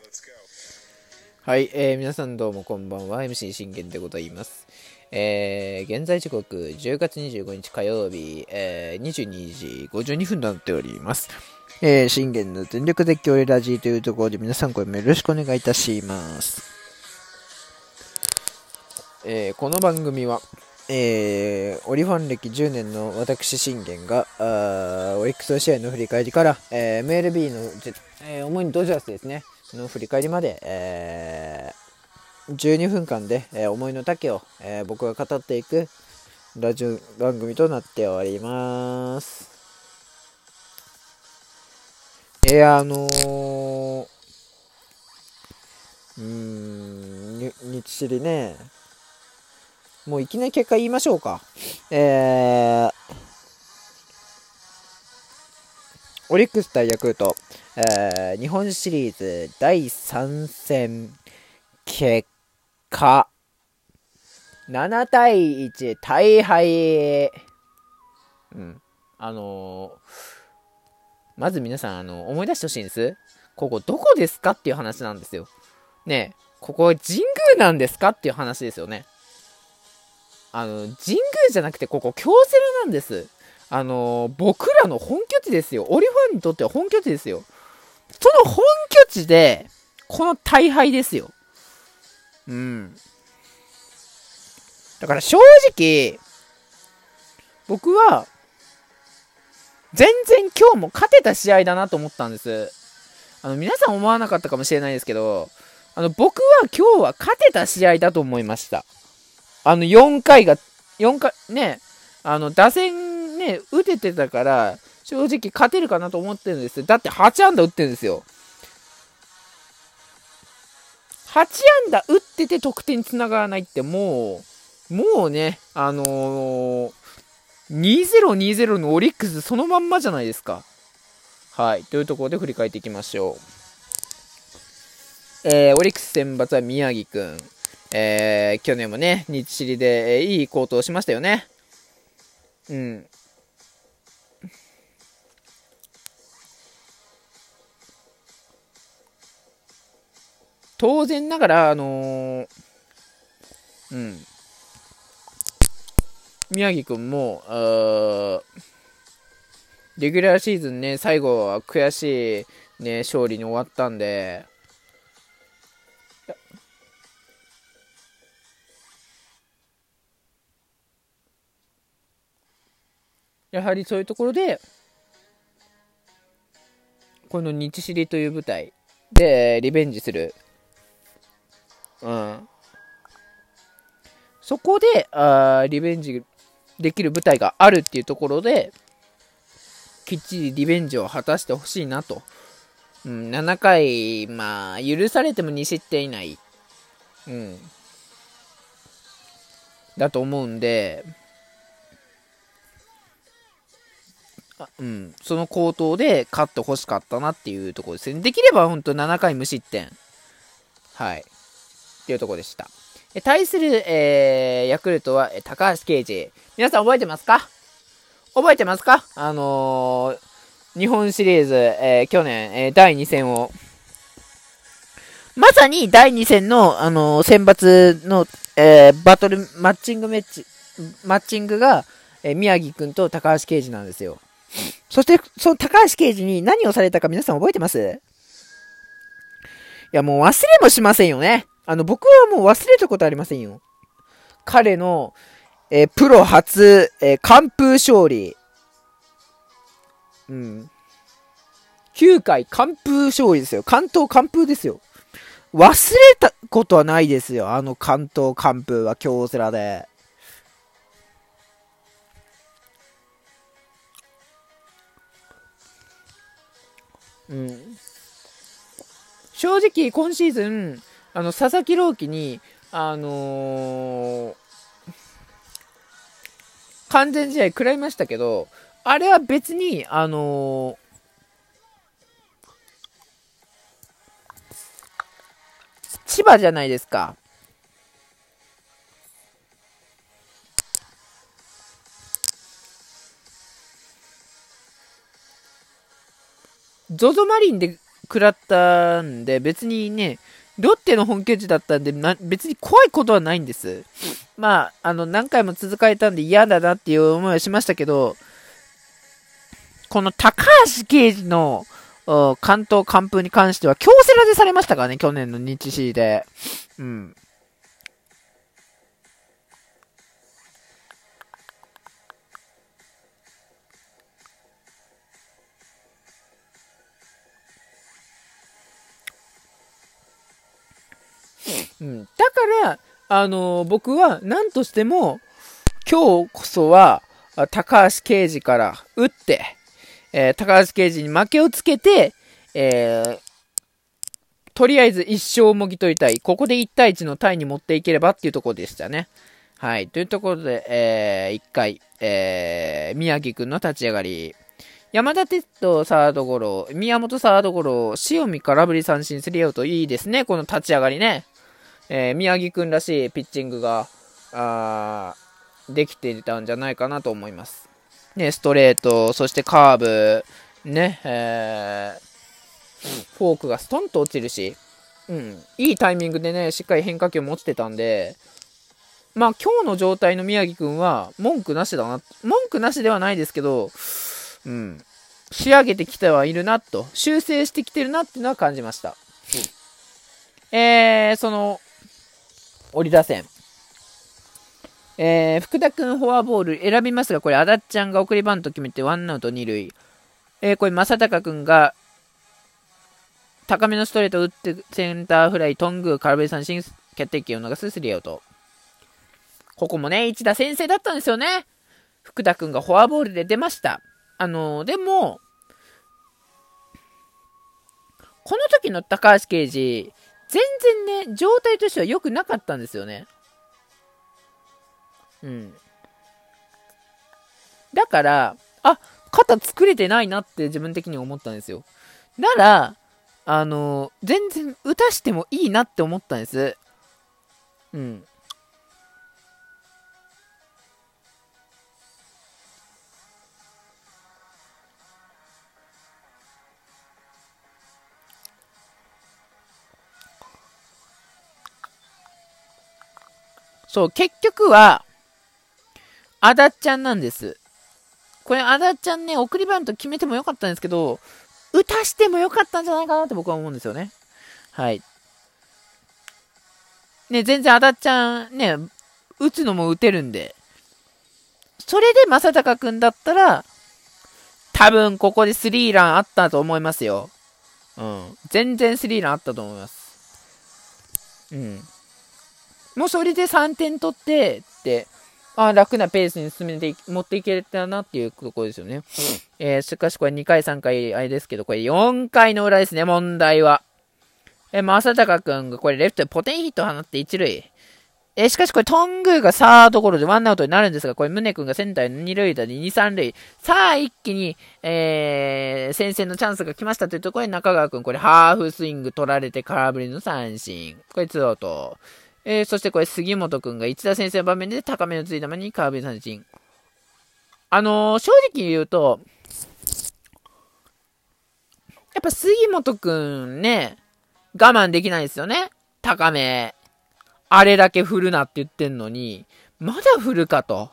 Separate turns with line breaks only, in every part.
はい、皆さんどうもこんばんは。 MC 信玄でございます。現在時刻10月25日火曜日、22時52分となっております。信玄の全力絶叫ラジーというところで皆さんこれもよろしくお願いいたします。この番組は、オリファン歴10年の私信玄がオリックス試合の振り返りから、MLB の、主にドジャースですねの振り返りまで、12分間で、思いの丈を、僕が語っていくラジオ番組となっております。日知りね、もういきなり結果言いましょうか。オリックス対ヤクルト、日本シリーズ第3戦結果7対1大敗。まず皆さん思い出してほしいんです。ここどこですかっていう話なんですよね。ここ神宮なんですかっていう話ですよね。神宮じゃなくてここ京セラなんです。僕らの本拠地ですよ。オリファンにとっては本拠地ですよ。その本拠地でこの大敗ですよ。だから正直僕は全然今日も勝てた試合だなと思ったんです。皆さん思わなかったかもしれないですけど、僕は今日は勝てた試合だと思いました。4回ね、打線ね打ててたから正直勝てるかなと思ってるんです。だって8安打打ってるんですよ。8安打打ってて得点につながらないってもうね、2020のオリックスそのまんまじゃないですか。はい、というところで振り返っていきましょう。オリックス選抜は宮城くん、去年もね日知りで、いい好投しましたよね。当然ながら宮城くんもレギュラーシーズンね最後は悔しいね勝利に終わったんで、やはりそういうところでこの日知りという舞台でリベンジする、そこでリベンジできる舞台があるっていうところできっちりリベンジを果たしてほしいなと。7回許されても2失点以内、だと思うんで、その好投で勝ってほしかったなっていうところですね。できれば本当7回無失点、はいっていうところでした。対する、ヤクルトは高橋奎二。皆さん覚えてますか？日本シリーズ、去年、第2戦をまさに第2戦の、選抜の、バトルマッチングが、宮城くんと高橋奎二なんですよ。そしてその高橋奎二に何をされたか皆さん覚えてます？いやもう忘れもしませんよね。僕はもう忘れたことありませんよ。彼の、プロ初、完封勝利。9回完封勝利ですよ。完封ですよ。忘れたことはないですよ。完封は京セラで。正直今シーズン佐々木朗希に完全試合食らいましたけど、あれは別に千葉じゃないですか。ZOZO マリンで食らったんで、別にね、ロッテの本拠地だったんで、別に怖いことはないんです。まあ、何回も続かれたんで嫌だなっていう思いはしましたけど、この高橋奎二の関東完封に関しては、京セラでされましたからね、去年の日誌で。うん。うん、だから、僕は何としても、今日こそは、高橋奎二から打って、高橋奎二に負けをつけて、とりあえず1勝をもぎ取りたい。ここで1対1のタイに持っていければっていうところでしたね。はい。というところで、1回、宮城くんの立ち上がり。山田哲人サードゴロ、宮本サードゴロ、塩見空振り三振スリーアウト。いいですね、この立ち上がりね。宮城くんらしいピッチングが、できていたんじゃないかなと思います。ね、ストレート、そしてカーブ、ね、フォークがストンと落ちるし、うん、いいタイミングでね、しっかり変化球も落ちてたんで、まあ今日の状態の宮城くんは文句なしだな、文句なしではないですけど、うん、仕上げてきてはいるなと、修正してきてるなっていうのは感じました。その、折り打線。福田くんフォアボール選びますが、これ、あだっちゃんが送りバント決めてワンアウト二塁。これ、正隆くんが、高めのストレートを打って、センターフライ、トング、空振り三振、決定機を逃すスリーアウト。ここもね、一打先制だったんですよね。福田くんがフォアボールで出ました。でも、この時の高橋奎二、全然ね、状態としては良くなかったんですよね。うん。だから、肩作れてないなって自分的に思ったんですよ。なら、全然打たしてもいいなって思ったんです。うん。そう、結局は、あだっちゃんなんです。これ、あだっちゃんね、送りバント決めてもよかったんですけど、打たしてもよかったんじゃないかなって僕は思うんですよね。はい。ね、全然あだっちゃんね、打つのも打てるんで、それで正隆くんだったら、多分ここでスリーランあったと思いますよ。うん。全然スリーランあったと思います。うん。もうそれで3点取って、楽なペースに持っていけたなっていうところですよね。しかしこれ2回3回あれですけど、これ4回の裏ですね、問題は。正隆くんがこれレフトでポテンヒットを放って1塁。しかしこれトングーがサードゴロでワンアウトになるんですが、これ宗くんがセンターに2塁打で2、3塁。さあ一気に、先制のチャンスが来ましたというところで中川くんこれハーフスイング取られて空振りの三振。これ2アウト。そしてこれ杉本くんが一打先制の場面で高めのついたまに空振り三振。正直言うと、やっぱ杉本くんね、我慢できないですよね。高め。あれだけ振るなって言ってんのに、まだ振るかと。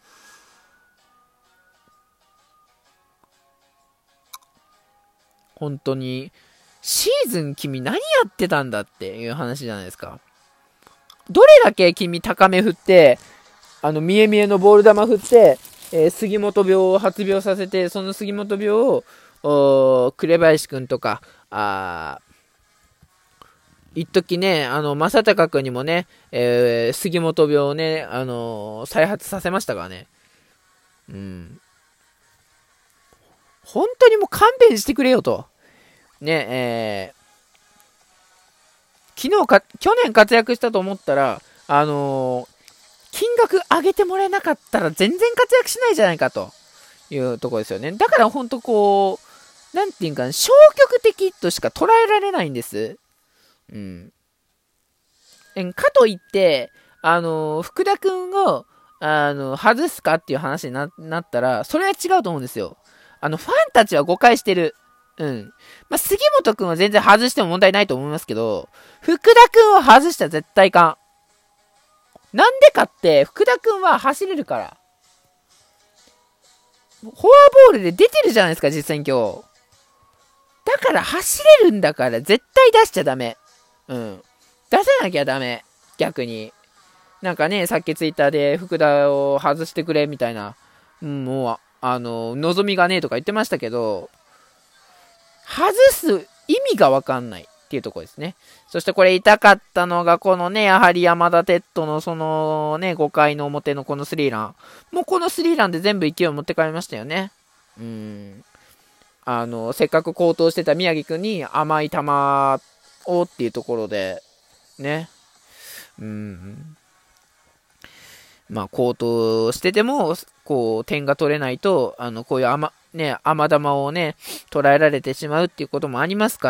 本当に、シーズン君何やってたんだっていう話じゃないですか。どれだけ君高め振って、見え見えのボール球振って、杉本病を発病させて、その杉本病を、紅林くんとか、一時ね、正隆くんにもね、杉本病をね、再発させましたからね。うん。本当にもう勘弁してくれよと。ね、去年活躍したと思ったら、金額上げてもらえなかったら全然活躍しないじゃないかというところですよね。だから本当こう、なんていうか、消極的としか捉えられないんです。うん。かといって、福田くんを、外すかっていう話になったら、それは違うと思うんですよ。ファンたちは誤解してる。 うん。まあ、杉本くんは全然外しても問題ないと思いますけど、福田くんは外したら絶対かん。なんでかって、福田くんは走れるから。フォアボールで出てるじゃないですか、実際に今日。だから走れるんだから、絶対出しちゃダメ。うん。出さなきゃダメ。逆に。なんかね、さっきツイッターで福田を外してくれみたいな、うん、もう、望みがねえとか言ってましたけど、外す意味がわかんないっていうところですね。そしてこれ痛かったのが、このね、やはり山田哲人のそのね、5回の表のこのスリーラン。もうこのスリーランで全部勢いを持って帰りましたよね。せっかく高騰してた宮城くんに甘い球をっていうところで、ね。まあ、高騰してても、こう、点が取れないと、こういう甘球をね、捉えられてしまうっていうこともありますから。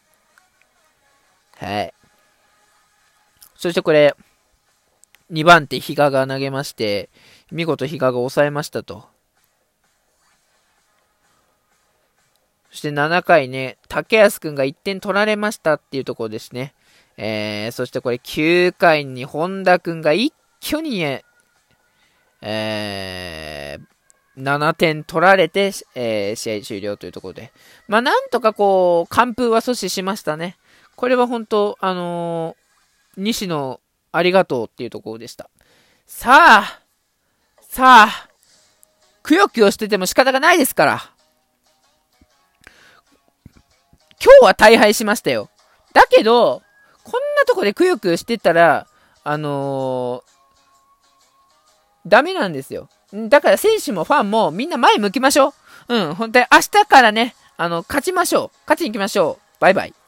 はい。そしてこれ、2番手比嘉が投げまして、見事比嘉が抑えましたと。そして7回ね、竹安くんが1点取られましたっていうところですね。そしてこれ9回に本田くんが一挙に、7点取られて、試合終了というところで。まあ、なんとかこう、完封は阻止しましたね。これは本当、西野、ありがとうっていうところでした。さあ、くよくよしてても仕方がないですから。今日は大敗しましたよ。だけど、こんなとこでくよくよしてたら、ダメなんですよ。だから選手もファンもみんな前向きましょう。本当に明日からね、勝ちましょう。勝ちに行きましょう。バイバイ。